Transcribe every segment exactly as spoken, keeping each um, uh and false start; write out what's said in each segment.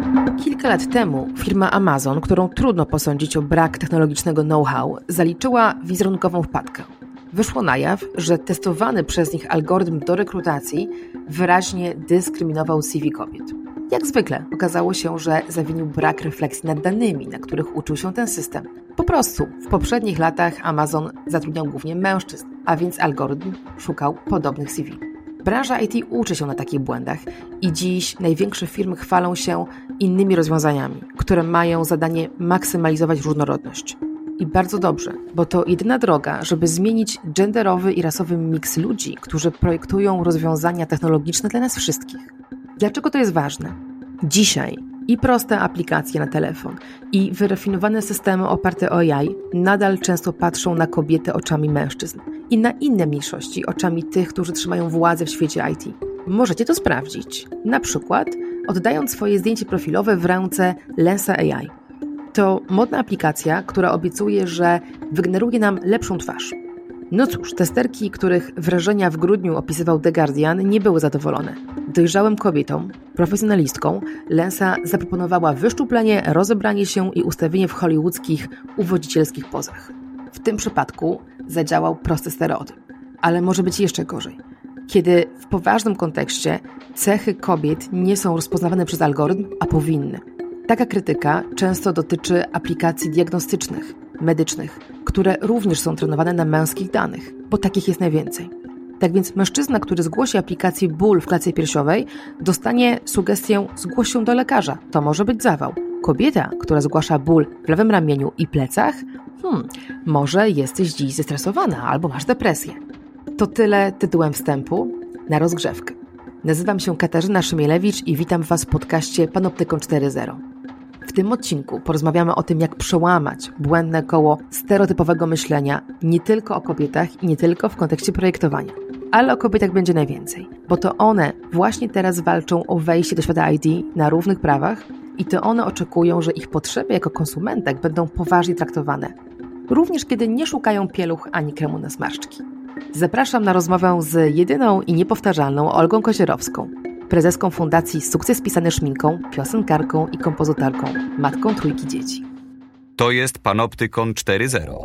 Kilka lat temu firma Amazon, którą trudno posądzić o brak technologicznego know-how, zaliczyła wizerunkową wpadkę. Wyszło na jaw, że testowany przez nich algorytm do rekrutacji wyraźnie dyskryminował C V kobiet. Jak zwykle okazało się, że zawinił brak refleksji nad danymi, na których uczył się ten system. Po prostu w poprzednich latach Amazon zatrudniał głównie mężczyzn, a więc algorytm szukał podobnych C V. Branża I T uczy się na takich błędach i dziś największe firmy chwalą się innymi rozwiązaniami, które mają zadanie maksymalizować różnorodność. I bardzo dobrze, bo to jedyna droga, żeby zmienić genderowy i rasowy miks ludzi, którzy projektują rozwiązania technologiczne dla nas wszystkich. Dlaczego to jest ważne? Dzisiaj i proste aplikacje na telefon, i wyrafinowane systemy oparte o A I nadal często patrzą na kobiety oczami mężczyzn i na inne mniejszości oczami tych, którzy trzymają władzę w świecie I T. Możecie to sprawdzić, na przykład oddając swoje zdjęcie profilowe w ręce Lensa A I. To modna aplikacja, która obiecuje, że wygeneruje nam lepszą twarz. No cóż, testerki, których wrażenia w grudniu opisywał The Guardian, nie były zadowolone. Dojrzałym kobietom, profesjonalistkom, Lensa zaproponowała wyszczuplenie, rozebranie się i ustawienie w hollywoodzkich, uwodzicielskich pozach. W tym przypadku zadziałał prosty stereotyp, ale może być jeszcze gorzej. Kiedy w poważnym kontekście cechy kobiet nie są rozpoznawane przez algorytm, a powinny. Taka krytyka często dotyczy aplikacji diagnostycznych, medycznych, które również są trenowane na męskich danych, bo takich jest najwięcej. Tak więc mężczyzna, który zgłosi aplikacji ból w klatce piersiowej, dostanie sugestię: zgłoś się do lekarza, to może być zawał. Kobieta, która zgłasza ból w lewym ramieniu i plecach, hmm, może jesteś dziś zestresowana albo masz depresję. To tyle tytułem wstępu na rozgrzewkę. Nazywam się Katarzyna Szymielewicz i witam Was w podcaście Panoptykon cztery zero. W tym odcinku porozmawiamy o tym, jak przełamać błędne koło stereotypowego myślenia nie tylko o kobietach i nie tylko w kontekście projektowania, ale o kobietach będzie najwięcej, bo to one właśnie teraz walczą o wejście do świata I T na równych prawach i to one oczekują, że ich potrzeby jako konsumentek będą poważnie traktowane, również kiedy nie szukają pieluch ani kremu na zmarszczki. Zapraszam na rozmowę z jedyną i niepowtarzalną Olgą Kozierowską, prezeską Fundacji Sukces Pisany Szminką, piosenkarką i kompozytorką, matką trójki dzieci. To jest Panoptykon cztery zero.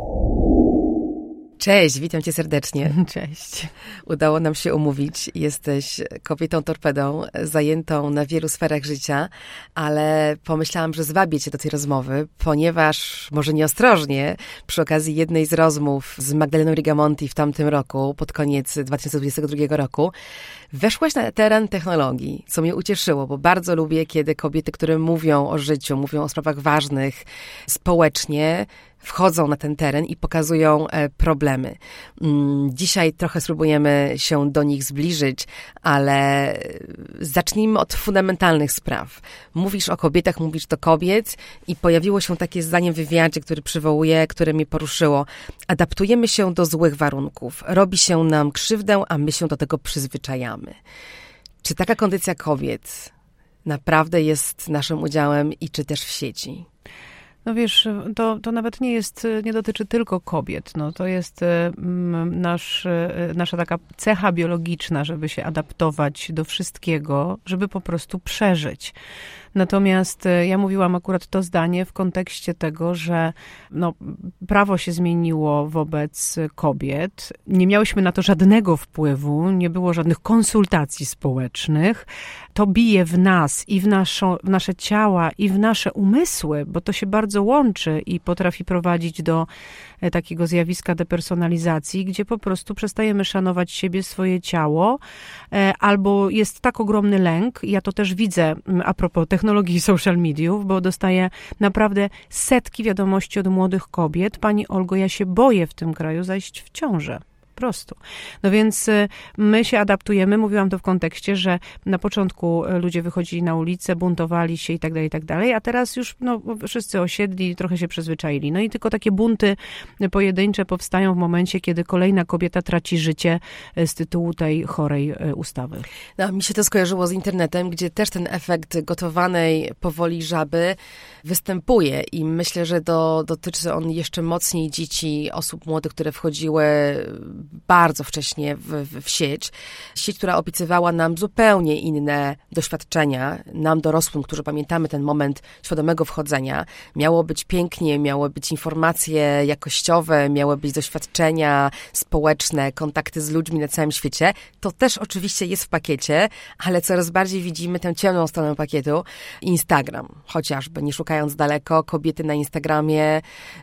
Cześć, witam Cię serdecznie. Cześć. Udało nam się umówić. Jesteś kobietą torpedą, zajętą na wielu sferach życia, ale pomyślałam, że zwabię Cię do tej rozmowy, ponieważ, może nieostrożnie, przy okazji jednej z rozmów z Magdaleną Rigamonti w tamtym roku, pod koniec dwa tysiące dwudziestego drugiego roku, weszłaś na teren technologii, co mnie ucieszyło, bo bardzo lubię, kiedy kobiety, które mówią o życiu, mówią o sprawach ważnych społecznie, wchodzą na ten teren i pokazują problemy. Dzisiaj trochę spróbujemy się do nich zbliżyć, ale zacznijmy od fundamentalnych spraw. Mówisz o kobietach, mówisz do kobiet i pojawiło się takie zdanie w wywiadzie, który przywołuję, które mnie poruszyło. Adaptujemy się do złych warunków. Robi się nam krzywdę, a my się do tego przyzwyczajamy. Czy taka kondycja kobiet naprawdę jest naszym udziałem i czy też w sieci? No wiesz, to, to nawet nie jest, nie dotyczy tylko kobiet. No, to jest nasz, nasza taka cecha biologiczna, żeby się adaptować do wszystkiego, żeby po prostu przeżyć. Natomiast ja mówiłam akurat to zdanie w kontekście tego, że no, prawo się zmieniło wobec kobiet. Nie miałyśmy na to żadnego wpływu, nie było żadnych konsultacji społecznych. To bije w nas i w, naszą, w nasze ciała i w nasze umysły, bo to się bardzo łączy i potrafi prowadzić do takiego zjawiska depersonalizacji, gdzie po prostu przestajemy szanować siebie, swoje ciało, albo jest tak ogromny lęk, ja to też widzę a propos technologii i social mediów, bo dostaję naprawdę setki wiadomości od młodych kobiet: pani Olgo, ja się boję w tym kraju zajść w ciążę. Po prostu. No więc my się adaptujemy, mówiłam to w kontekście, że na początku ludzie wychodzili na ulicę, buntowali się i tak dalej, i tak dalej, a teraz już no, wszyscy osiedli, trochę się przyzwyczaili. No i tylko takie bunty pojedyncze powstają w momencie, kiedy kolejna kobieta traci życie z tytułu tej chorej ustawy. No, mi się to skojarzyło z internetem, gdzie też ten efekt gotowanej powoli żaby występuje i myślę, że do, dotyczy on jeszcze mocniej dzieci, osób młodych, które wchodziły bardzo wcześnie w, w, w sieć. Sieć, która obiecywała nam zupełnie inne doświadczenia, nam dorosłym, którzy pamiętamy ten moment świadomego wchodzenia. Miało być pięknie, miały być informacje jakościowe, miały być doświadczenia społeczne, kontakty z ludźmi na całym świecie. To też oczywiście jest w pakiecie, ale coraz bardziej widzimy tę ciemną stronę pakietu. Instagram, chociażby, nie szukając daleko, kobiety na Instagramie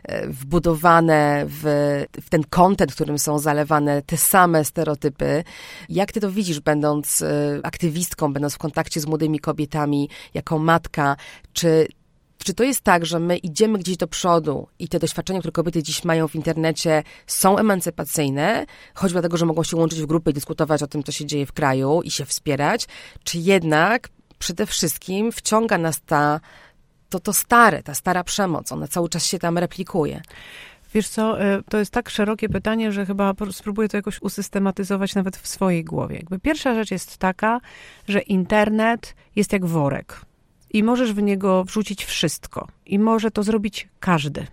wbudowane w, w ten content, którym są zalewane te same stereotypy. Jak ty to widzisz, będąc aktywistką, będąc w kontakcie z młodymi kobietami, jako matka, czy Czy to jest tak, że my idziemy gdzieś do przodu i te doświadczenia, które kobiety dziś mają w internecie, są emancypacyjne, choćby dlatego, że mogą się łączyć w grupy i dyskutować o tym, co się dzieje w kraju i się wspierać, czy jednak przede wszystkim wciąga nas ta, to, to stare, ta stara przemoc, ona cały czas się tam replikuje? Wiesz co, to jest tak szerokie pytanie, że chyba spróbuję to jakoś usystematyzować nawet w swojej głowie. Jakby pierwsza rzecz jest taka, że internet jest jak worek. I możesz w niego wrzucić wszystko. I może to zrobić każdy.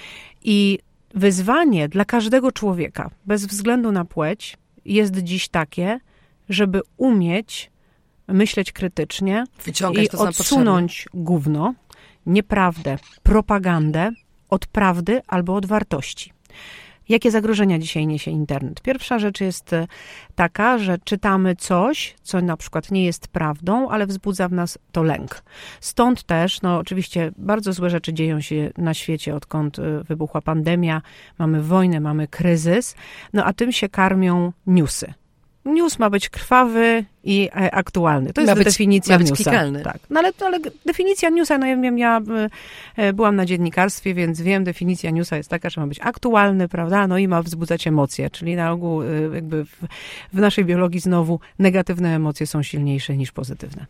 I wyzwanie dla każdego człowieka, bez względu na płeć, jest dziś takie, żeby umieć myśleć krytycznie Wyciągać i to, co odsunąć gówno, nieprawdę, propagandę od prawdy albo od wartości. Jakie zagrożenia dzisiaj niesie internet? Pierwsza rzecz jest taka, że czytamy coś, co na przykład nie jest prawdą, ale wzbudza w nas to lęk. Stąd też, no oczywiście bardzo złe rzeczy dzieją się na świecie, odkąd wybuchła pandemia, mamy wojnę, mamy kryzys, no a tym się karmią newsy. News ma być krwawy i aktualny. To jest być, definicja ma być newsa. klikalny. Tak. No ale, ale definicja newsa, no ja, ja, ja byłam na dziennikarstwie, więc wiem, definicja newsa jest taka, że ma być aktualny, prawda, no i ma wzbudzać emocje, czyli na ogół jakby w, w naszej biologii znowu negatywne emocje są silniejsze niż pozytywne.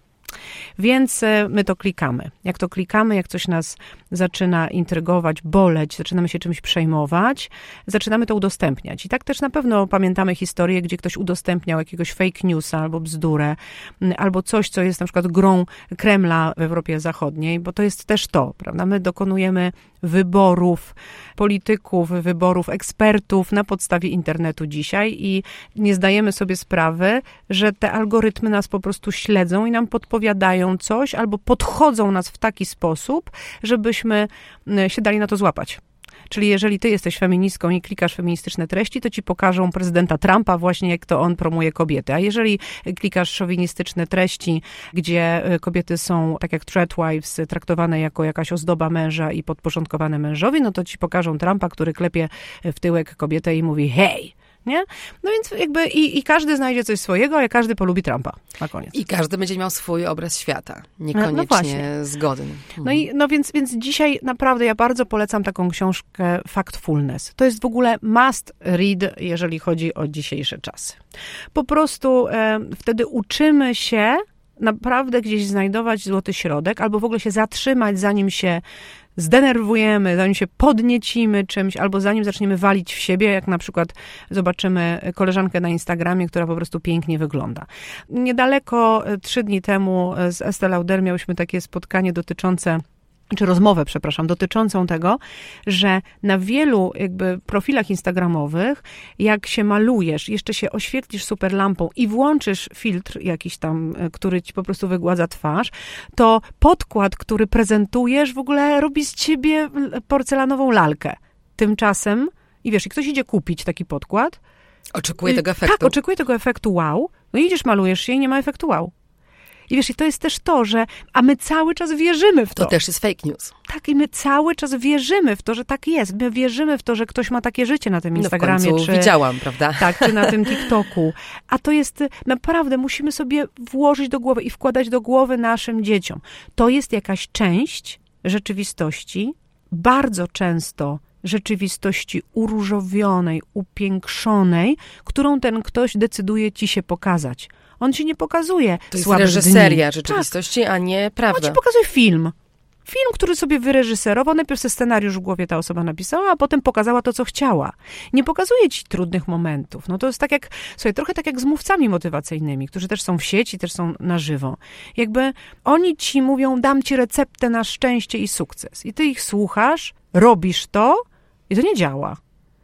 Więc my to klikamy. Jak to klikamy, jak coś nas zaczyna intrygować, boleć, zaczynamy się czymś przejmować, zaczynamy to udostępniać. I tak też na pewno pamiętamy historię, gdzie ktoś udostępniał jakiegoś fake newsa albo bzdurę, albo coś, co jest na przykład grą Kremla w Europie Zachodniej, bo to jest też to, prawda? My dokonujemy wyborów polityków, wyborów ekspertów na podstawie internetu dzisiaj i nie zdajemy sobie sprawy, że te algorytmy nas po prostu śledzą i nam podpowiadają coś albo podchodzą nas w taki sposób, żebyśmy się dali na to złapać. Czyli jeżeli ty jesteś feministką i klikasz feministyczne treści, to ci pokażą prezydenta Trumpa właśnie, jak to on promuje kobiety. A jeżeli klikasz szowinistyczne treści, gdzie kobiety są, tak jak threadwives, traktowane jako jakaś ozdoba męża i podporządkowane mężowi, no to ci pokażą Trumpa, który klepie w tyłek kobietę i mówi hej, nie? No więc jakby i, i każdy znajdzie coś swojego, ale każdy polubi Trumpa na koniec. I każdy będzie miał swój obraz świata, niekoniecznie no zgodny. Mhm. No i no więc, więc dzisiaj naprawdę ja bardzo polecam taką książkę Factfulness. To jest w ogóle must read, jeżeli chodzi o dzisiejsze czasy. Po prostu e, wtedy uczymy się naprawdę gdzieś znajdować złoty środek, albo w ogóle się zatrzymać, zanim się zdenerwujemy, zanim się podniecimy czymś, albo zanim zaczniemy walić w siebie, jak na przykład zobaczymy koleżankę na Instagramie, która po prostu pięknie wygląda. Niedaleko, trzy dni temu z Estée Lauder miałyśmy takie spotkanie dotyczące czy rozmowę, przepraszam, dotyczącą tego, że na wielu jakby profilach instagramowych, jak się malujesz, jeszcze się oświetlisz super lampą i włączysz filtr jakiś tam, który ci po prostu wygładza twarz, to podkład, który prezentujesz, w ogóle robi z ciebie porcelanową lalkę. Tymczasem, i wiesz, i ktoś idzie kupić taki podkład. Oczekuje tego efektu. Tak, oczekuje tego efektu wow. No idziesz, malujesz się i nie ma efektu wow. I wiesz, i to jest też to, że, a my cały czas wierzymy w to. To też jest fake news. Tak, i my cały czas wierzymy w to, że tak jest. My wierzymy w to, że ktoś ma takie życie na tym Instagramie. No w końcu czy widziałam, prawda? Tak, czy na tym TikToku. A to jest, naprawdę, musimy sobie włożyć do głowy i wkładać do głowy naszym dzieciom. To jest jakaś część rzeczywistości, bardzo często rzeczywistości uróżowionej, upiększonej, którą ten ktoś decyduje ci się pokazać. On ci nie pokazuje to jest słabych reżyseria dni. rzeczywistości, tak. a nie prawda. On ci pokazuje film. Film, który sobie wyreżyserował, najpierw sobie scenariusz w głowie ta osoba napisała, a potem pokazała to, co chciała. Nie pokazuje ci trudnych momentów. No to jest tak jak, słuchaj, trochę tak jak z mówcami motywacyjnymi, którzy też są w sieci, też są na żywo. Jakby oni ci mówią, dam ci receptę na szczęście i sukces. I ty ich słuchasz, robisz to i to nie działa.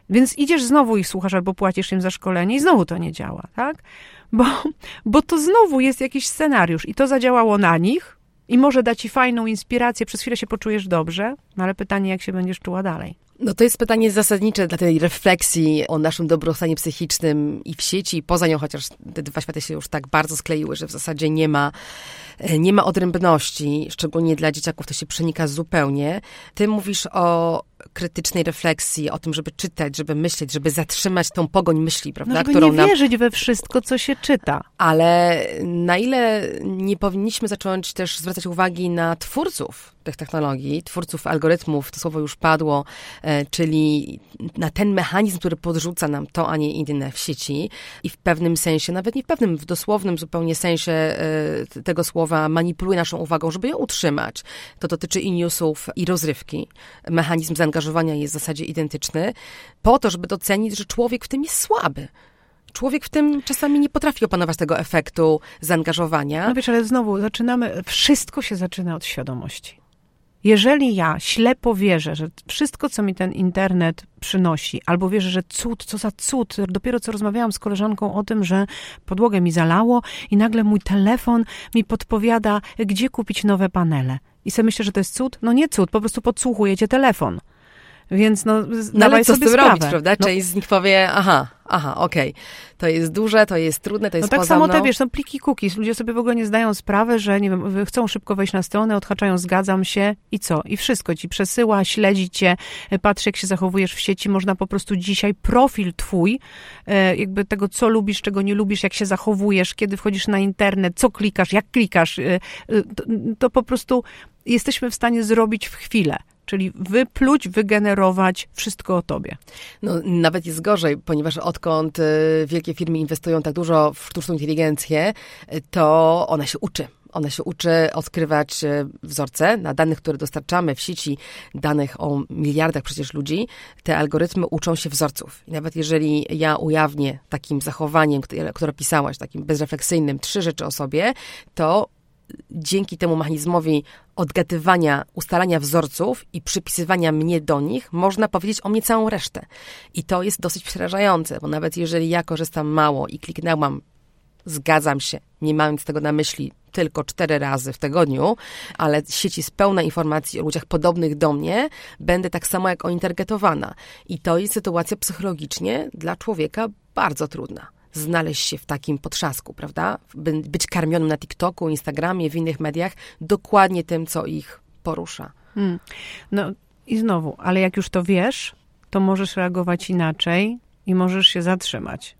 Więc idziesz znowu ich słuchasz albo płacisz im za szkolenie i znowu to nie działa, tak? Bo, bo to znowu jest jakiś scenariusz i to zadziałało na nich i może da ci fajną inspirację, przez chwilę się poczujesz dobrze, no ale pytanie, jak się będziesz czuła dalej. No to jest pytanie zasadnicze dla tej refleksji o naszym dobrostanie psychicznym i w sieci, i poza nią, chociaż te dwa światy się już tak bardzo skleiły, że w zasadzie nie ma, nie ma odrębności, szczególnie dla dzieciaków to się przenika zupełnie. Ty mówisz o krytycznej refleksji, o tym, żeby czytać, żeby myśleć, żeby zatrzymać tą pogoń myśli, prawda? No, żeby którą nie nam... wierzyć we wszystko, co się czyta. Ale na ile nie powinniśmy zacząć też zwracać uwagi na twórców tych technologii, twórców algorytmów, to słowo już padło, e, czyli na ten mechanizm, który podrzuca nam to, a nie inne w sieci i w pewnym sensie, nawet nie w pewnym, w dosłownym zupełnie sensie e, tego słowa manipuluje naszą uwagą, żeby ją utrzymać. To dotyczy i newsów, i rozrywki. Mechanizm zaangażowania jest w zasadzie identyczny, po to, żeby docenić, że człowiek w tym jest słaby. Człowiek w tym czasami nie potrafi opanować tego efektu zaangażowania. No wiesz, ale znowu zaczynamy, wszystko się zaczyna od świadomości. Jeżeli ja ślepo wierzę, że wszystko, co mi ten internet przynosi, albo wierzę, że cud, co za cud, dopiero co rozmawiałam z koleżanką o tym, że podłogę mi zalało i nagle mój telefon mi podpowiada, gdzie kupić nowe panele. I sobie myślę, że to jest cud? No nie cud, po prostu podsłuchujecie telefon. Więc no, no ale co sobie z tym sprawę. robić, prawda? No. Część z nich powie, aha, aha, okej, okay. To jest duże, to jest trudne, to jest No tak poza samo mną. te, wiesz, są pliki cookies. Ludzie sobie w ogóle nie zdają sprawy, że nie wiem, chcą szybko wejść na stronę, odhaczają zgadzam się i co? I wszystko ci przesyła, śledzi cię, patrzy jak się zachowujesz w sieci. Można po prostu dzisiaj profil twój, jakby tego, co lubisz, czego nie lubisz, jak się zachowujesz, kiedy wchodzisz na internet, co klikasz, jak klikasz, to, to po prostu jesteśmy w stanie zrobić w chwilę. Czyli wypluć, wygenerować wszystko o tobie. No, nawet jest gorzej, ponieważ odkąd y, wielkie firmy inwestują tak dużo w sztuczną inteligencję, y, to ona się uczy. Ona się uczy odkrywać wzorce na danych, które dostarczamy w sieci, danych o miliardach przecież ludzi. Te algorytmy uczą się wzorców. I nawet jeżeli ja ujawnię takim zachowaniem, które, które pisałaś, takim bezrefleksyjnym, trzy rzeczy o sobie, to dzięki temu mechanizmowi odgadywania, ustalania wzorców i przypisywania mnie do nich, można powiedzieć o mnie całą resztę. I to jest dosyć przerażające, bo nawet jeżeli ja korzystam mało i kliknęłam, zgadzam się, nie mając tego na myśli tylko cztery razy w tygodniu, ale sieć jest pełna informacji o ludziach podobnych do mnie, będę tak samo jak oni targetowana. I to jest sytuacja psychologicznie dla człowieka bardzo trudna. Znaleźć się w takim potrzasku, prawda? By, być karmionym na TikToku, Instagramie, w innych mediach, dokładnie tym, co ich porusza. Hmm. No i znowu, ale jak już to wiesz, to możesz reagować inaczej i możesz się zatrzymać.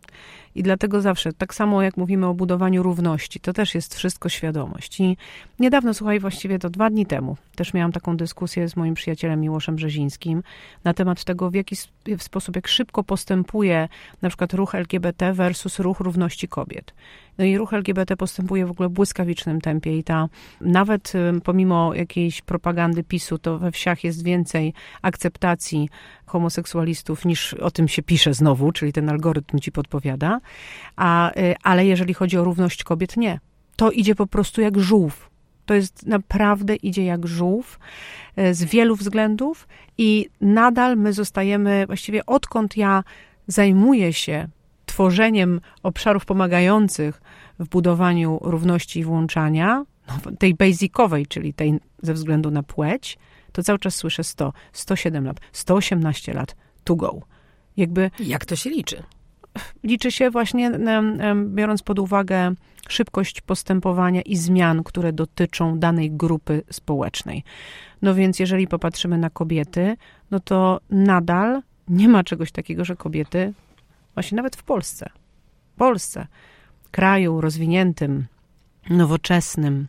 I dlatego zawsze, tak samo jak mówimy o budowaniu równości, to też jest wszystko świadomość. I niedawno, słuchaj, właściwie to dwa dni temu, też miałam taką dyskusję z moim przyjacielem Miłoszem Brzezińskim na temat tego, w jaki sposób, jak szybko postępuje na przykład ruch L G B T versus ruch równości kobiet. No i ruch L G B T postępuje w ogóle w błyskawicznym tempie i ta, nawet pomimo jakiejś propagandy PiSu, to we wsiach jest więcej akceptacji homoseksualistów niż o tym się pisze znowu, czyli ten algorytm ci podpowiada, a, ale jeżeli chodzi o równość kobiet, nie. To idzie po prostu jak żółw. To jest naprawdę idzie jak żółw z wielu względów i nadal my zostajemy, właściwie odkąd ja zajmuję się tworzeniem obszarów pomagających w budowaniu równości i włączania, no, tej basicowej, czyli tej ze względu na płeć, to cały czas słyszę sto, sto siedem lat, sto osiemnaście lat, to go. Jakby, jak to się liczy? Liczy się właśnie, biorąc pod uwagę szybkość postępowania i zmian, które dotyczą danej grupy społecznej. No więc jeżeli popatrzymy na kobiety, no to nadal nie ma czegoś takiego, że kobiety, właśnie nawet w Polsce, w Polsce, kraju rozwiniętym, nowoczesnym,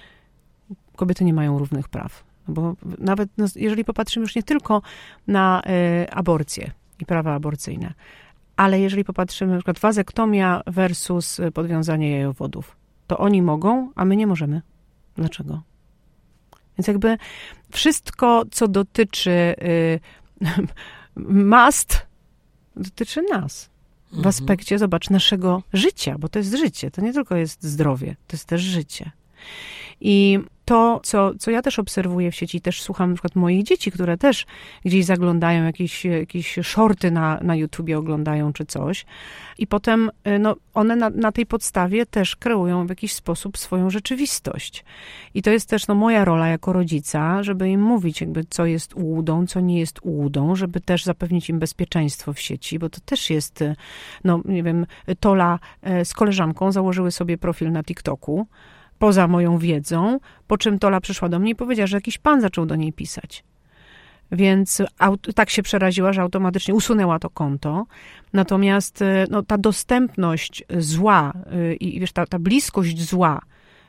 kobiety nie mają równych praw. Bo nawet no, jeżeli popatrzymy już nie tylko na y, aborcję i prawa aborcyjne, ale jeżeli popatrzymy na przykład wazektomia versus podwiązanie jajowodów, to oni mogą, a my nie możemy. Dlaczego? Więc jakby wszystko, co dotyczy y, must, dotyczy nas. W aspekcie, zobacz, naszego życia, bo to jest życie. To nie tylko jest zdrowie, to jest też życie. I to, co, co ja też obserwuję w sieci, też słucham na przykład moich dzieci, które też gdzieś zaglądają, jakieś, jakieś shorty na, na YouTubie oglądają czy coś. I potem no, one na, na tej podstawie też kreują w jakiś sposób swoją rzeczywistość. I to jest też no, moja rola jako rodzica, żeby im mówić, jakby, co jest ułudą, co nie jest ułudą, żeby też zapewnić im bezpieczeństwo w sieci, bo to też jest, no nie wiem, Tola z koleżanką założyły sobie profil na TikToku, poza moją wiedzą, po czym Tola przyszła do mnie i powiedziała, że jakiś pan zaczął do niej pisać. Więc aut- tak się przeraziła, że automatycznie usunęła to konto. Natomiast no, ta dostępność zła i wiesz, ta, ta bliskość zła,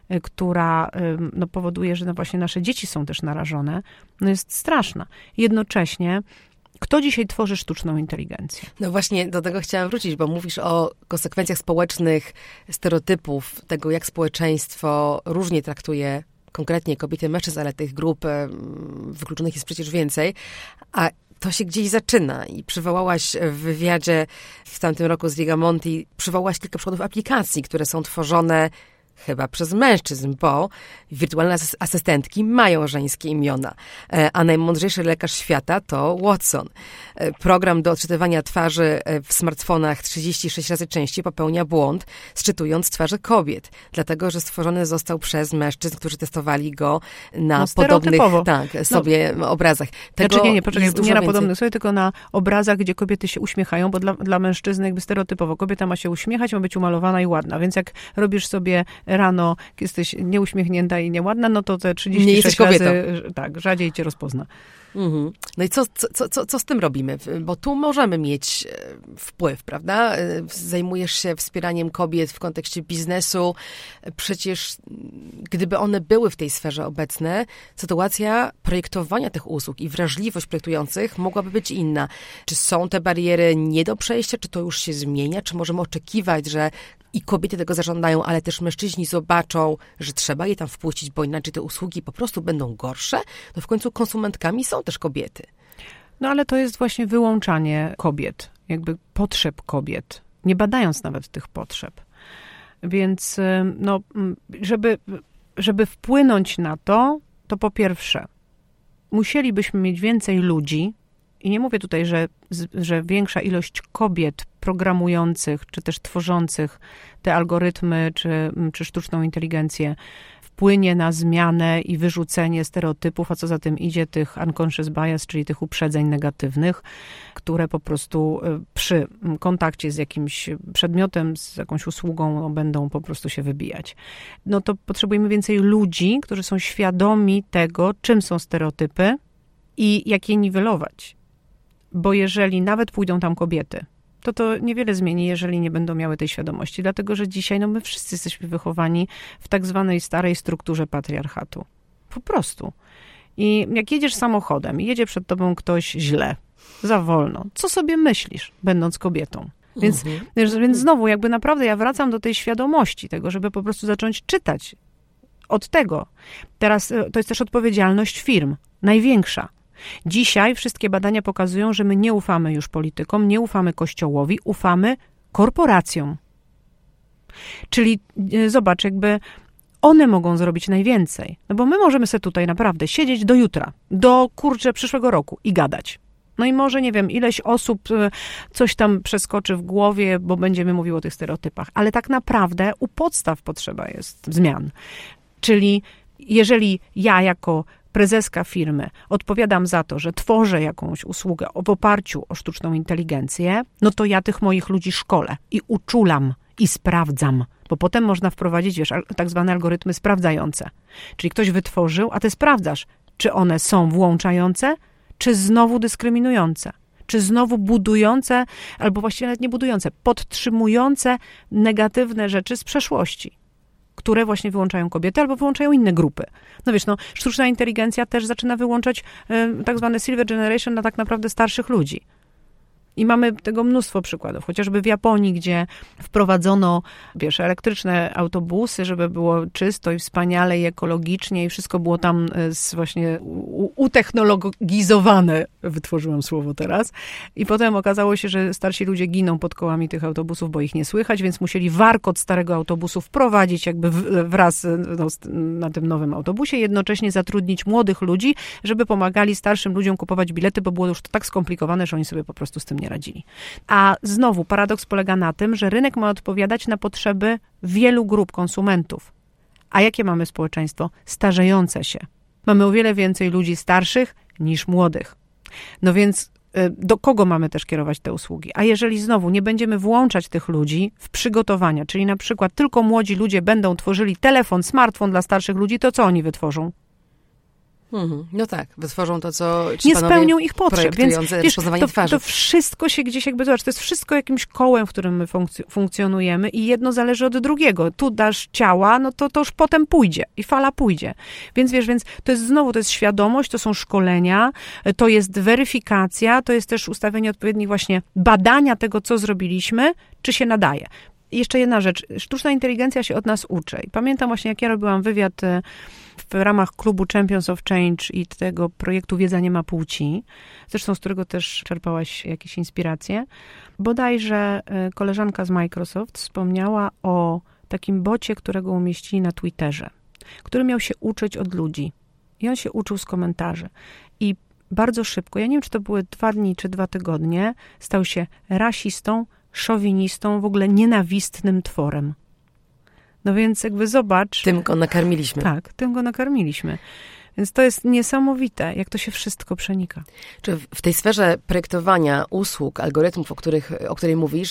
która no, powoduje, że no, właśnie nasze dzieci są też narażone, no, jest straszna. Jednocześnie kto dzisiaj tworzy sztuczną inteligencję? No właśnie do tego chciałam wrócić, bo mówisz o konsekwencjach społecznych, stereotypów, tego jak społeczeństwo różnie traktuje konkretnie kobiety i mężczyzn, ale tych grup wykluczonych jest przecież więcej, a to się gdzieś zaczyna i przywołałaś w wywiadzie w tamtym roku z Gigamonti, przywołałaś kilka przykładów aplikacji, które są tworzone chyba przez mężczyzn, bo wirtualne asystentki mają żeńskie imiona, a najmądrzejszy lekarz świata to Watson. Program do odczytywania twarzy w smartfonach trzydzieści sześć razy częściej popełnia błąd, sczytując twarze kobiet, dlatego, że stworzony został przez mężczyzn, którzy testowali go na no, podobnych tak, sobie no, obrazach. Tego znaczy nie, nie, poczekaj, nie na podobnych sobie, tylko na obrazach, gdzie kobiety się uśmiechają, bo dla, dla mężczyzny jakby stereotypowo kobieta ma się uśmiechać, ma być umalowana i ładna, więc jak robisz sobie rano, jesteś nieuśmiechnięta i nieładna, no to te trzydzieści sześć razy, tak, rzadziej cię rozpozna. Mhm. No i co, co, co, co z tym robimy? Bo tu możemy mieć wpływ, prawda? Zajmujesz się wspieraniem kobiet w kontekście biznesu. Przecież gdyby one były w tej sferze obecne, sytuacja projektowania tych usług i wrażliwość projektujących mogłaby być inna. Czy są te bariery nie do przejścia? Czy to już się zmienia? Czy możemy oczekiwać, że i kobiety tego zażądają, ale też mężczyźni zobaczą, że trzeba je tam wpuścić, bo inaczej te usługi po prostu będą gorsze? No w końcu konsumentkami są też kobiety. No ale to jest właśnie wyłączanie kobiet, jakby potrzeb kobiet, nie badając nawet tych potrzeb. Więc no, żeby, żeby wpłynąć na to, to po pierwsze musielibyśmy mieć więcej ludzi, i nie mówię tutaj, że, że większa ilość kobiet programujących, czy też tworzących te algorytmy, czy, czy sztuczną inteligencję wpłynie na zmianę i wyrzucenie stereotypów, a co za tym idzie, tych unconscious bias, czyli tych uprzedzeń negatywnych, które po prostu przy kontakcie z jakimś przedmiotem, z jakąś usługą no, będą po prostu się wybijać. No to potrzebujemy więcej ludzi, którzy są świadomi tego, czym są stereotypy i jak je niwelować. Bo jeżeli nawet pójdą tam kobiety, to to niewiele zmieni, jeżeli nie będą miały tej świadomości. Dlatego, że dzisiaj no my wszyscy jesteśmy wychowani w tak zwanej starej strukturze patriarchatu. Po prostu. I jak jedziesz samochodem i jedzie przed tobą ktoś źle, za wolno, co sobie myślisz, będąc kobietą? Więc, mhm. więc, więc znowu jakby naprawdę ja wracam do tej świadomości tego, żeby po prostu zacząć czytać od tego. Teraz to jest też odpowiedzialność firm, największa. Dzisiaj wszystkie badania pokazują, że my nie ufamy już politykom, nie ufamy Kościołowi, ufamy korporacjom. Czyli zobacz, jakby one mogą zrobić najwięcej. No bo my możemy sobie tutaj naprawdę siedzieć do jutra, do kurczę przyszłego roku i gadać. No i może, nie wiem, ileś osób coś tam przeskoczy w głowie, bo będziemy mówiły o tych stereotypach. Ale tak naprawdę u podstaw potrzeba jest zmian. Czyli jeżeli ja jako prezeska firmy odpowiadam za to, że tworzę jakąś usługę w oparciu o sztuczną inteligencję, no to ja tych moich ludzi szkolę i uczulam i sprawdzam, bo potem można wprowadzić, wiesz, tak zwane algorytmy sprawdzające. Czyli ktoś wytworzył, a ty sprawdzasz, czy one są włączające, czy znowu dyskryminujące, czy znowu budujące, albo właściwie nawet nie budujące, podtrzymujące negatywne rzeczy z przeszłości, które właśnie wyłączają kobiety albo wyłączają inne grupy. No wiesz, no, sztuczna inteligencja też zaczyna wyłączać y, tak zwane silver generation na tak naprawdę starszych ludzi. I mamy tego mnóstwo przykładów. Chociażby w Japonii, gdzie wprowadzono, wiesz, elektryczne autobusy, żeby było czysto i wspaniale i ekologicznie i wszystko było tam z właśnie utechnologizowane, wytworzyłam słowo teraz. I potem okazało się, że starsi ludzie giną pod kołami tych autobusów, bo ich nie słychać, więc musieli warkot starego autobusu wprowadzić jakby wraz no, na tym nowym autobusie, jednocześnie zatrudnić młodych ludzi, żeby pomagali starszym ludziom kupować bilety, bo było już to tak skomplikowane, że oni sobie po prostu z tym nie radzili. A znowu paradoks polega na tym, że rynek ma odpowiadać na potrzeby wielu grup konsumentów. A jakie mamy społeczeństwo? Starzejące się. Mamy o wiele więcej ludzi starszych niż młodych. No więc do kogo mamy też kierować te usługi? A jeżeli znowu nie będziemy włączać tych ludzi w przygotowania, czyli na przykład tylko młodzi ludzie będą tworzyli telefon, smartfon dla starszych ludzi, to co oni wytworzą? Mhm. No tak, wytworzą to, co ci nie spełnią ich potrzeb, więc wiesz, to, to wszystko się gdzieś jakby, zobacz, to jest wszystko jakimś kołem, w którym my funkc- funkcjonujemy i jedno zależy od drugiego. Tu dasz ciała, no to to już potem pójdzie i fala pójdzie. Więc wiesz, więc to jest znowu, to jest świadomość, to są szkolenia, to jest weryfikacja, to jest też ustawienie odpowiednich właśnie badania tego, co zrobiliśmy, czy się nadaje. I jeszcze jedna rzecz, sztuczna inteligencja się od nas uczy. I pamiętam właśnie, jak ja robiłam wywiad w ramach klubu Champions of Change i tego projektu Wiedza nie ma płci, zresztą z którego też czerpałaś jakieś inspiracje. Bodajże koleżanka z Microsoft wspomniała o takim bocie, którego umieścili na Twitterze, który miał się uczyć od ludzi. I on się uczył z komentarzy. I bardzo szybko, ja nie wiem, czy to były dwa dni, czy dwa tygodnie, stał się rasistą, szowinistą, w ogóle nienawistnym tworem. No więc jakby zobacz... Tym go nakarmiliśmy. Tak, tym go nakarmiliśmy. Więc to jest niesamowite, jak to się wszystko przenika. Czy w tej sferze projektowania usług, algorytmów, o, których, o której mówisz,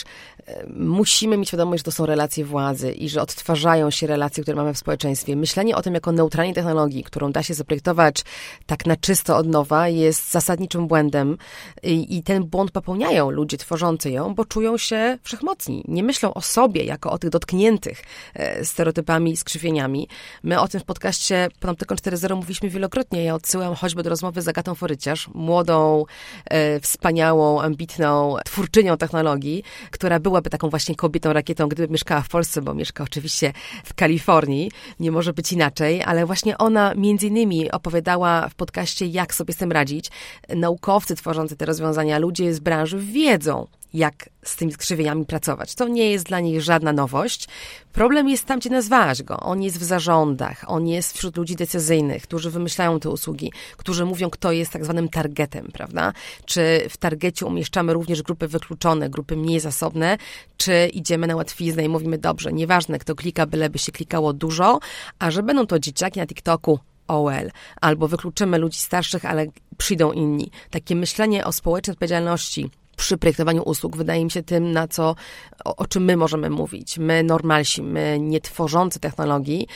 musimy mieć świadomość, że to są relacje władzy i że odtwarzają się relacje, które mamy w społeczeństwie. Myślenie o tym jako neutralnej technologii, którą da się zaprojektować tak na czysto od nowa, jest zasadniczym błędem i, i ten błąd popełniają ludzie tworzący ją, bo czują się wszechmocni. Nie myślą o sobie jako o tych dotkniętych stereotypami i skrzywieniami. My o tym w podcaście Panoptykon cztery zero mówiliśmy wielokrotnie. Ja odsyłam choćby do rozmowy z Agatą Foryciarz, młodą, e, wspaniałą, ambitną twórczynią technologii, która byłaby taką właśnie kobietą rakietą, gdyby mieszkała w Polsce, bo mieszka oczywiście w Kalifornii. Nie może być inaczej, ale właśnie ona między innymi opowiadała w podcaście, jak sobie z tym radzić. Naukowcy tworzący te rozwiązania, ludzie z branży wiedzą, jak z tymi skrzywieniami pracować. To nie jest dla nich żadna nowość. Problem jest tam, gdzie nazwałaś go. On jest w zarządach, on jest wśród ludzi decyzyjnych, którzy wymyślają te usługi, którzy mówią, kto jest tak zwanym targetem, prawda? Czy w targecie umieszczamy również grupy wykluczone, grupy mniej zasobne, czy idziemy na łatwiznę i mówimy, dobrze, nieważne, kto klika, byleby się klikało dużo, a że będą to dzieciaki na TikToku, O L, albo wykluczymy ludzi starszych, ale przyjdą inni. Takie myślenie o społecznej odpowiedzialności przy projektowaniu usług wydaje mi się tym, na co, o, o czym my możemy mówić. My normalsi, my nie tworzący technologii,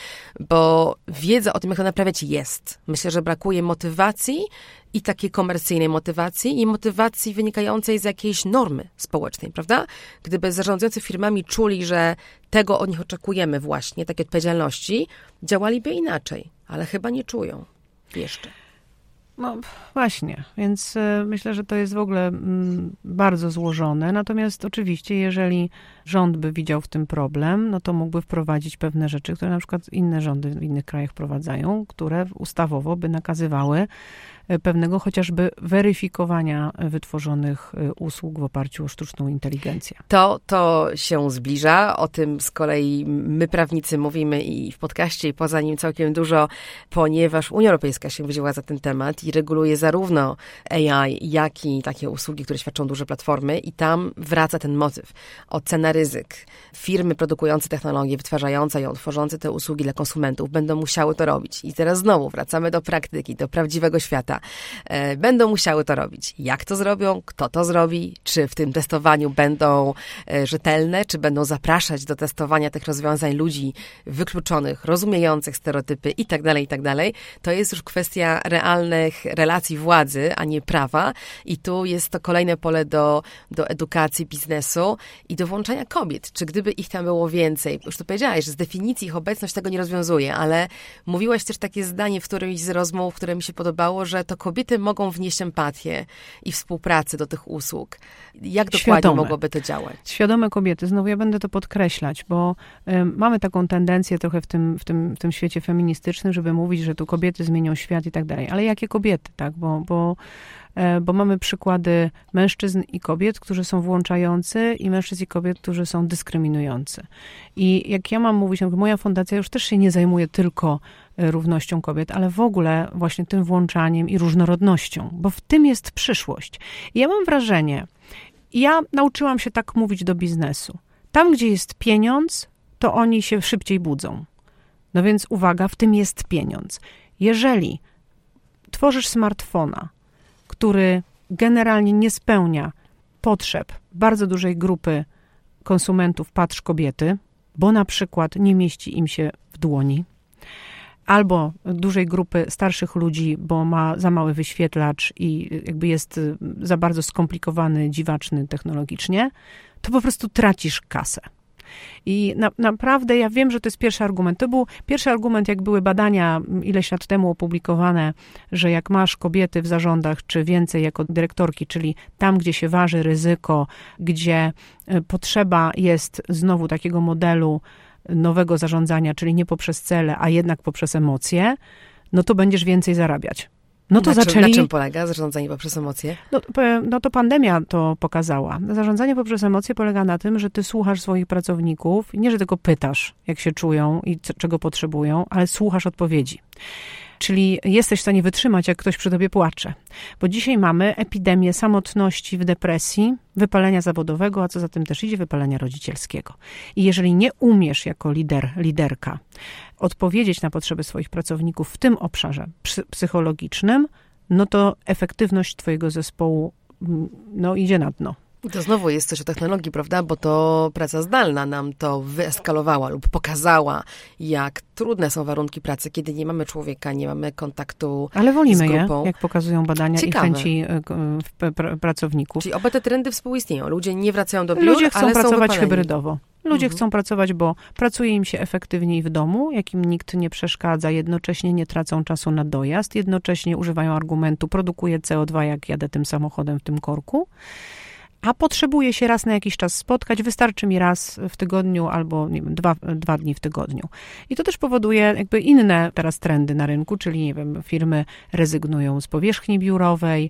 bo wiedza o tym, jak to naprawiać, jest. Myślę, że brakuje motywacji i takiej komercyjnej motywacji i motywacji wynikającej z jakiejś normy społecznej, prawda? Gdyby zarządzający firmami czuli, że tego od nich oczekujemy właśnie, takiej odpowiedzialności, działaliby inaczej, ale chyba nie czują jeszcze. No właśnie, więc y, myślę, że to jest w ogóle y, bardzo złożone. Natomiast oczywiście, jeżeli rząd by widział w tym problem, no to mógłby wprowadzić pewne rzeczy, które na przykład inne rządy w innych krajach wprowadzają, które ustawowo by nakazywały pewnego chociażby weryfikowania wytworzonych usług w oparciu o sztuczną inteligencję. To, to się zbliża. O tym z kolei my, prawnicy, mówimy i w podcaście, i poza nim całkiem dużo, ponieważ Unia Europejska się wzięła za ten temat i reguluje zarówno A I, jak i takie usługi, które świadczą duże platformy i tam wraca ten motyw. Ocena ryzyk. Firmy produkujące technologię, wytwarzające ją, tworzące te usługi dla konsumentów będą musiały to robić. I teraz znowu wracamy do praktyki, do prawdziwego świata. Będą musiały to robić. Jak to zrobią? Kto to zrobi? Czy w tym testowaniu będą rzetelne? Czy będą zapraszać do testowania tych rozwiązań ludzi wykluczonych, rozumiejących stereotypy i tak dalej, i tak dalej? To jest już kwestia realnych relacji władzy, a nie prawa. I tu jest to kolejne pole do, do edukacji biznesu i do włączania kobiet. Czy gdyby ich tam było więcej? Już to powiedziałaś, że z definicji ich obecność tego nie rozwiązuje, ale mówiłaś też takie zdanie w którymś z rozmów, które mi się podobało, że że to kobiety mogą wnieść empatię i współpracę do tych usług. Jak dokładnie Świadome. mogłoby to działać? Świadome kobiety, znowu ja będę to podkreślać, bo y, mamy taką tendencję trochę w tym, w, tym, w tym świecie feministycznym, żeby mówić, że tu kobiety zmienią świat i tak dalej. Ale jakie kobiety, tak? Bo, bo, y, bo mamy przykłady mężczyzn i kobiet, którzy są włączający i mężczyzn i kobiet, którzy są dyskryminujący. I jak ja mam mówić, moja fundacja już też się nie zajmuje tylko równością kobiet, ale w ogóle właśnie tym włączaniem i różnorodnością, bo w tym jest przyszłość. I ja mam wrażenie, ja nauczyłam się tak mówić do biznesu. Tam, gdzie jest pieniądz, to oni się szybciej budzą. No więc uwaga, w tym jest pieniądz. Jeżeli tworzysz smartfona, który generalnie nie spełnia potrzeb bardzo dużej grupy konsumentów, patrz kobiety, bo na przykład nie mieści im się w dłoni, albo dużej grupy starszych ludzi, bo ma za mały wyświetlacz i jakby jest za bardzo skomplikowany, dziwaczny technologicznie, to po prostu tracisz kasę. I na, naprawdę ja wiem, że to jest pierwszy argument. To był pierwszy argument, jak były badania ileś lat temu opublikowane, że jak masz kobiety w zarządach, czy więcej jako dyrektorki, czyli tam, gdzie się waży ryzyko, gdzie potrzeba jest znowu takiego modelu nowego zarządzania, czyli nie poprzez cele, a jednak poprzez emocje, no to będziesz więcej zarabiać. No to na, zaczęli... czym, na czym polega zarządzanie poprzez emocje? No, no to pandemia to pokazała. Zarządzanie poprzez emocje polega na tym, że ty słuchasz swoich pracowników i nie, że tylko pytasz, jak się czują i co, czego potrzebują, ale słuchasz odpowiedzi. Czyli jesteś w stanie wytrzymać, jak ktoś przy tobie płacze. Bo dzisiaj mamy epidemię samotności w depresji, wypalenia zawodowego, a co za tym też idzie, wypalenia rodzicielskiego. I jeżeli nie umiesz jako lider, liderka odpowiedzieć na potrzeby swoich pracowników w tym obszarze psychologicznym, no to efektywność twojego zespołu no, idzie na dno. I to znowu jest coś o technologii, prawda? Bo to praca zdalna nam to wyeskalowała lub pokazała, jak trudne są warunki pracy, kiedy nie mamy człowieka, nie mamy kontaktu Ale wolimy z grupą. je, jak pokazują badania Ciekawe. i chęci pr- pracowników. Czyli oba te trendy współistnieją. Ludzie nie wracają do biur, Ludzie chcą ale pracować są hybrydowo. Ludzie mhm. chcą pracować, bo pracuje im się efektywniej w domu, jak im nikt nie przeszkadza, jednocześnie nie tracą czasu na dojazd, jednocześnie używają argumentu, produkuję C O dwa, jak jadę tym samochodem w tym korku. A potrzebuję się raz na jakiś czas spotkać, wystarczy mi raz w tygodniu albo nie wiem, dwa, dwa dni w tygodniu. I to też powoduje jakby inne teraz trendy na rynku, czyli nie wiem, firmy rezygnują z powierzchni biurowej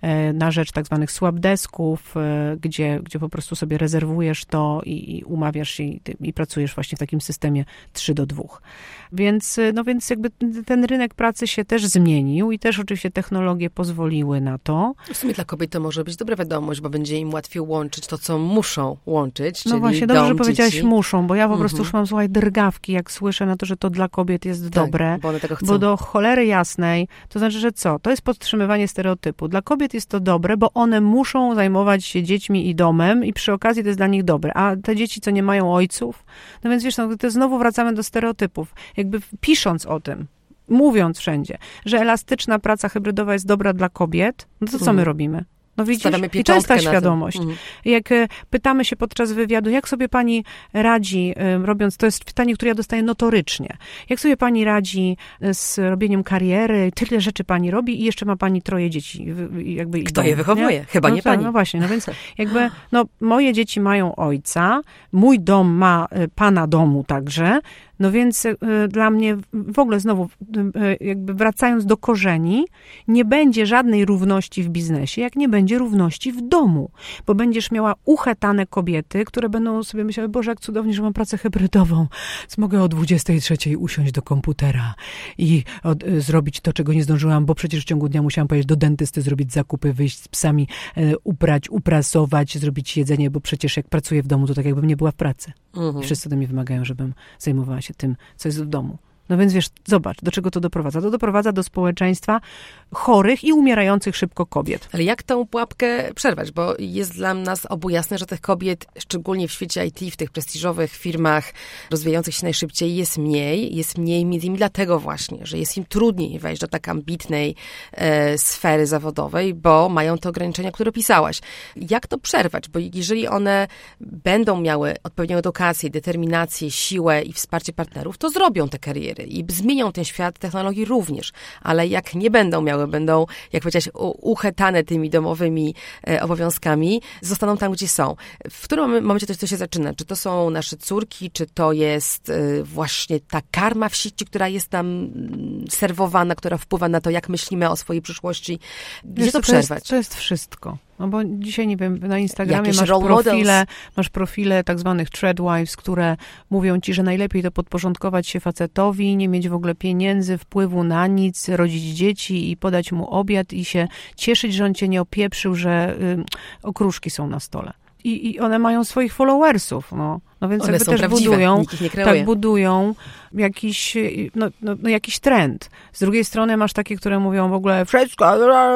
na rzecz tak zwanych swapdesków, gdzie, gdzie po prostu sobie rezerwujesz to i, i umawiasz się i, i pracujesz właśnie w takim systemie trzy do dwóch. Więc, no więc jakby ten rynek pracy się też zmienił i też oczywiście technologie pozwoliły na to. W sumie dla kobiet to może być dobra wiadomość, bo będzie im łatwiej łączyć to, co muszą łączyć, czyli No właśnie, dom, dobrze, że powiedziałaś dzieci. muszą, bo ja po Mhm. prostu już mam, słuchaj, drgawki, jak słyszę na to, że to dla kobiet jest Tak, dobre. bo one tego chcą. Bo do cholery jasnej, to znaczy, że co? To jest podtrzymywanie stereotypu. Dla kobiet jest to dobre, bo one muszą zajmować się dziećmi i domem i przy okazji to jest dla nich dobre. A te dzieci, co nie mają ojców, no więc wiesz, no, to znowu wracamy do stereotypów. Jakby pisząc o tym, mówiąc wszędzie, że elastyczna praca hybrydowa jest dobra dla kobiet, no to co Mhm. my robimy? No widzisz, Stawiamy i to jest ta pieczątkę na tym. świadomość. Mhm. Jak e, pytamy się podczas wywiadu, jak sobie pani radzi, e, robiąc, to jest pytanie, które ja dostaję notorycznie, jak sobie pani radzi z robieniem kariery, tyle rzeczy pani robi i jeszcze ma pani troje dzieci. Jakby Kto dom, je wychowuje? Nie? Chyba no nie tak, pani. No właśnie, no więc jakby, no moje dzieci mają ojca, mój dom ma e, pana domu także, no więc y, dla mnie w ogóle znowu, y, jakby wracając do korzeni, nie będzie żadnej równości w biznesie, jak nie będzie równości w domu. Bo będziesz miała uchetane kobiety, które będą sobie myślały, Boże, jak cudownie, że mam pracę hybrydową. Mogę o dwudziestej trzeciej usiąść do komputera i od, y, zrobić to, czego nie zdążyłam, bo przecież w ciągu dnia musiałam pojechać do dentysty, zrobić zakupy, wyjść z psami, y, uprać, uprasować, zrobić jedzenie, bo przecież jak pracuję w domu, to tak jakbym nie była w pracy. Mhm. I wszyscy ode mnie wymagają, żebym zajmowała się tym, co jest w domu. No więc wiesz, zobacz, do czego to doprowadza. To doprowadza do społeczeństwa chorych i umierających szybko kobiet. Ale jak tę pułapkę przerwać? Bo jest dla nas obu jasne, że tych kobiet, szczególnie w świecie I T, w tych prestiżowych firmach rozwijających się najszybciej, jest mniej. Jest mniej między innymi dlatego właśnie, że jest im trudniej wejść do tak ambitnej e, sfery zawodowej, bo mają te ograniczenia, które pisałaś. Jak to przerwać? Bo jeżeli one będą miały odpowiednią edukację, determinację, siłę i wsparcie partnerów, to zrobią te kariery i zmienią ten świat technologii również. Ale jak nie będą miały chciały, będą, jak powiedziałaś, uchetane tymi domowymi e, obowiązkami, zostaną tam, gdzie są. W którym momencie to, to się zaczyna? Czy to są nasze córki, czy to jest e, właśnie ta karma w sieci, która jest tam serwowana, która wpływa na to, jak myślimy o swojej przyszłości? Gdzie Wiesz, to, to przerwać? Jest, to jest wszystko. No bo dzisiaj, nie wiem, na Instagramie Jakieś masz role profile, models. masz profile tak zwanych threadwives, które mówią ci, że najlepiej to podporządkować się facetowi, nie mieć w ogóle pieniędzy, wpływu na nic, rodzić dzieci i podać mu obiad i się cieszyć, że on cię nie opieprzył, że y, okruszki są na stole. I, I one mają swoich followersów, no. No więc one jakby są też prawdziwe, budują, nikt ich nie kreuje. tak budują jakiś, no, no, no jakiś trend. Z drugiej strony masz takie, które mówią w ogóle wszystko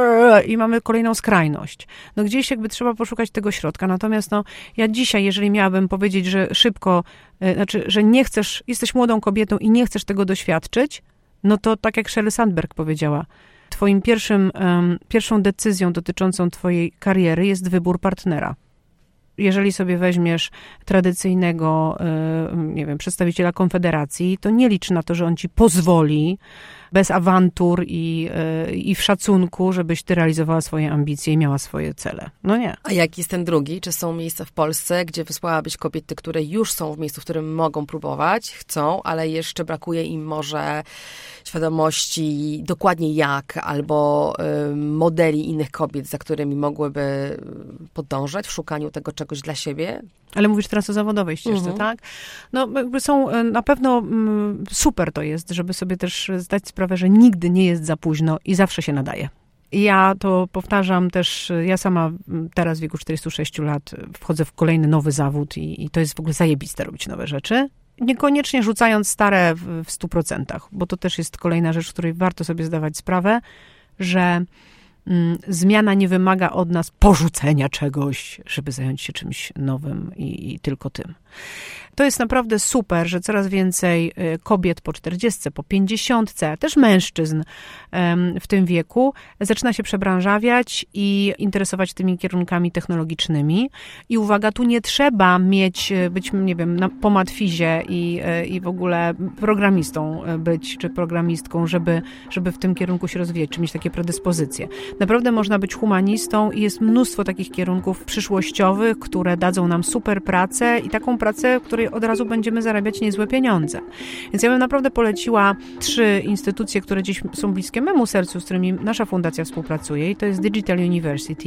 i mamy kolejną skrajność. No gdzieś jakby trzeba poszukać tego środka. Natomiast no ja dzisiaj, jeżeli miałabym powiedzieć, że szybko, y, znaczy, że nie chcesz, jesteś młodą kobietą i nie chcesz tego doświadczyć, no to tak jak Sheryl Sandberg powiedziała, twoim pierwszym, um, pierwszą decyzją dotyczącą twojej kariery jest wybór partnera. Jeżeli sobie weźmiesz tradycyjnego, nie wiem, przedstawiciela Konfederacji, to nie licz na to, że on ci pozwoli bez awantur i, i w szacunku, żebyś ty realizowała swoje ambicje i miała swoje cele. No nie. A jaki jest ten drugi? Czy są miejsca w Polsce, gdzie wysłałabyś kobiety, które już są w miejscu, w którym mogą próbować, chcą, ale jeszcze brakuje im może świadomości dokładnie jak, albo y, modeli innych kobiet, za którymi mogłyby podążać w szukaniu tego czegoś dla siebie? Ale mówisz teraz o zawodowej ścieżce, mhm. tak? No jakby są, na pewno mm, super to jest, żeby sobie też zdać sprawę, że nigdy nie jest za późno i zawsze się nadaje. Ja to powtarzam też, ja sama teraz w wieku czterdziestu sześciu lat wchodzę w kolejny nowy zawód i, i to jest w ogóle zajebiste robić nowe rzeczy. Niekoniecznie rzucając stare w, w stu procentach, bo to też jest kolejna rzecz, z której warto sobie zdawać sprawę, że mm, zmiana nie wymaga od nas porzucenia czegoś, żeby zająć się czymś nowym i, i tylko tym. To jest naprawdę super, że coraz więcej kobiet po czterdziestce, po pięćdziesiątce, też mężczyzn w tym wieku zaczyna się przebranżawiać i interesować tymi kierunkami technologicznymi. I uwaga, tu nie trzeba mieć, być, nie wiem, na, po matfizie i, i w ogóle programistą być, czy programistką, żeby, żeby w tym kierunku się rozwijać, czy mieć takie predyspozycje. Naprawdę można być humanistą i jest mnóstwo takich kierunków przyszłościowych, które dadzą nam super pracę i taką pracę, w której od razu będziemy zarabiać niezłe pieniądze. Więc ja bym naprawdę poleciła trzy instytucje, które dziś są bliskie memu sercu, z którymi nasza fundacja współpracuje i to jest Digital University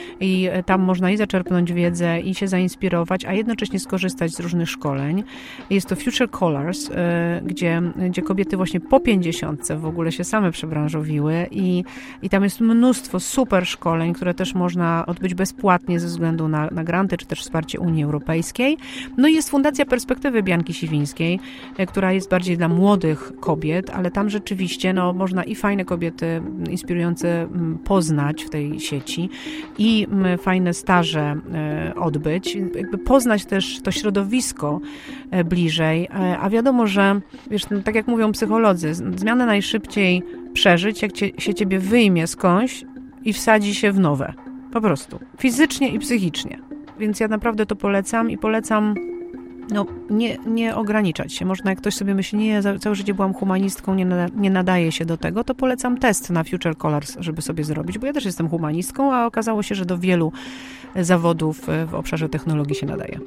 i tam można i zaczerpnąć wiedzę i się zainspirować, a jednocześnie skorzystać z różnych szkoleń. Jest to Future Colors, gdzie, gdzie kobiety właśnie po pięćdziesiątce w ogóle się same przebranżowiły i, i tam jest mnóstwo super szkoleń, które też można odbyć bezpłatnie ze względu na, na granty, czy też wsparcie Unii Europejskiej. No i jest Fundacja Perspektywy Bianki Siwińskiej, która jest bardziej dla młodych kobiet, ale tam rzeczywiście no, można i fajne kobiety inspirujące poznać w tej sieci i fajne staże odbyć, jakby poznać też to środowisko bliżej, a wiadomo, że wiesz, no, tak jak mówią psycholodzy, zmianę najszybciej przeżyć, jak cię, się ciebie wyjmie skądś i wsadzi się w nowe. Po prostu. Fizycznie i psychicznie. Więc ja naprawdę to polecam i polecam no, nie, nie ograniczać się. Można, jak ktoś sobie myśli, nie, ja całe życie byłam humanistką, nie, nada, nie nadaje się do tego, to polecam test na Future Colors, żeby sobie zrobić, bo ja też jestem humanistką, a okazało się, że do wielu zawodów w obszarze technologii się nadaje.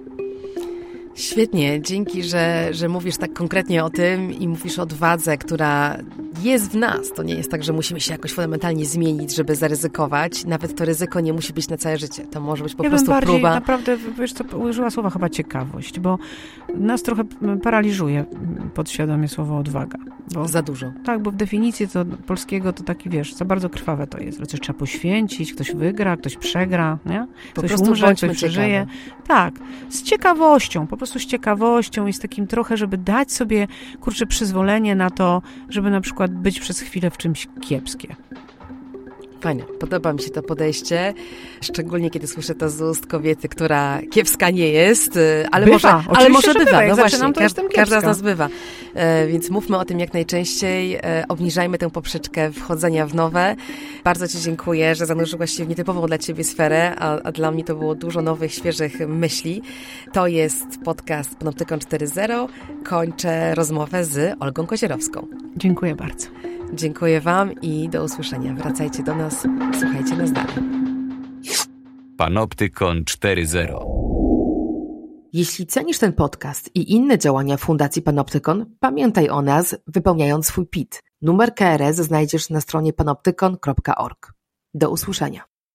Świetnie, dzięki, że, że mówisz tak konkretnie o tym i mówisz o odwadze, która jest w nas. To nie jest tak, że musimy się jakoś fundamentalnie zmienić, żeby zaryzykować. Nawet to ryzyko nie musi być na całe życie. To może być po ja prostu bym bardziej, próba. Naprawdę, wiesz co, użyła słowa chyba ciekawość, bo nas trochę paraliżuje podświadomie słowo odwaga. Bo, za dużo. Tak, bo w definicji to polskiego to taki, wiesz, za bardzo krwawe to jest. Coś trzeba poświęcić, ktoś wygra, ktoś przegra, nie? Ktoś po prostu umrze, ktoś przeżyje. Ciekawe. Tak, z ciekawością, po prostu z ciekawością i z takim trochę, żeby dać sobie, kurczę, przyzwolenie na to, żeby na przykład być przez chwilę w czymś kiepskie. Fajnie, podoba mi się to podejście, szczególnie kiedy słyszę to z ust kobiety, która kiepska nie jest, ale bywa, może, ale może bywa, bywa. no właśnie, zaczynam, to ka- jestem każda z nas bywa, e, więc mówmy o tym jak najczęściej, e, obniżajmy tę poprzeczkę wchodzenia w nowe. Bardzo Ci dziękuję, że zanurzyłaś się w nietypową dla Ciebie sferę, a, a dla mnie to było dużo nowych, świeżych myśli. To jest podcast Panoptykon cztery zero. Kończę rozmowę z Olgą Kozierowską. Dziękuję bardzo. Dziękuję Wam i do usłyszenia. Wracajcie do nas, słuchajcie nas dalej. Panoptykon cztery zero. Jeśli cenisz ten podcast i inne działania Fundacji Panoptykon, pamiętaj o nas, wypełniając swój P I T. Numer K R S znajdziesz na stronie panoptykon kropka org. Do usłyszenia.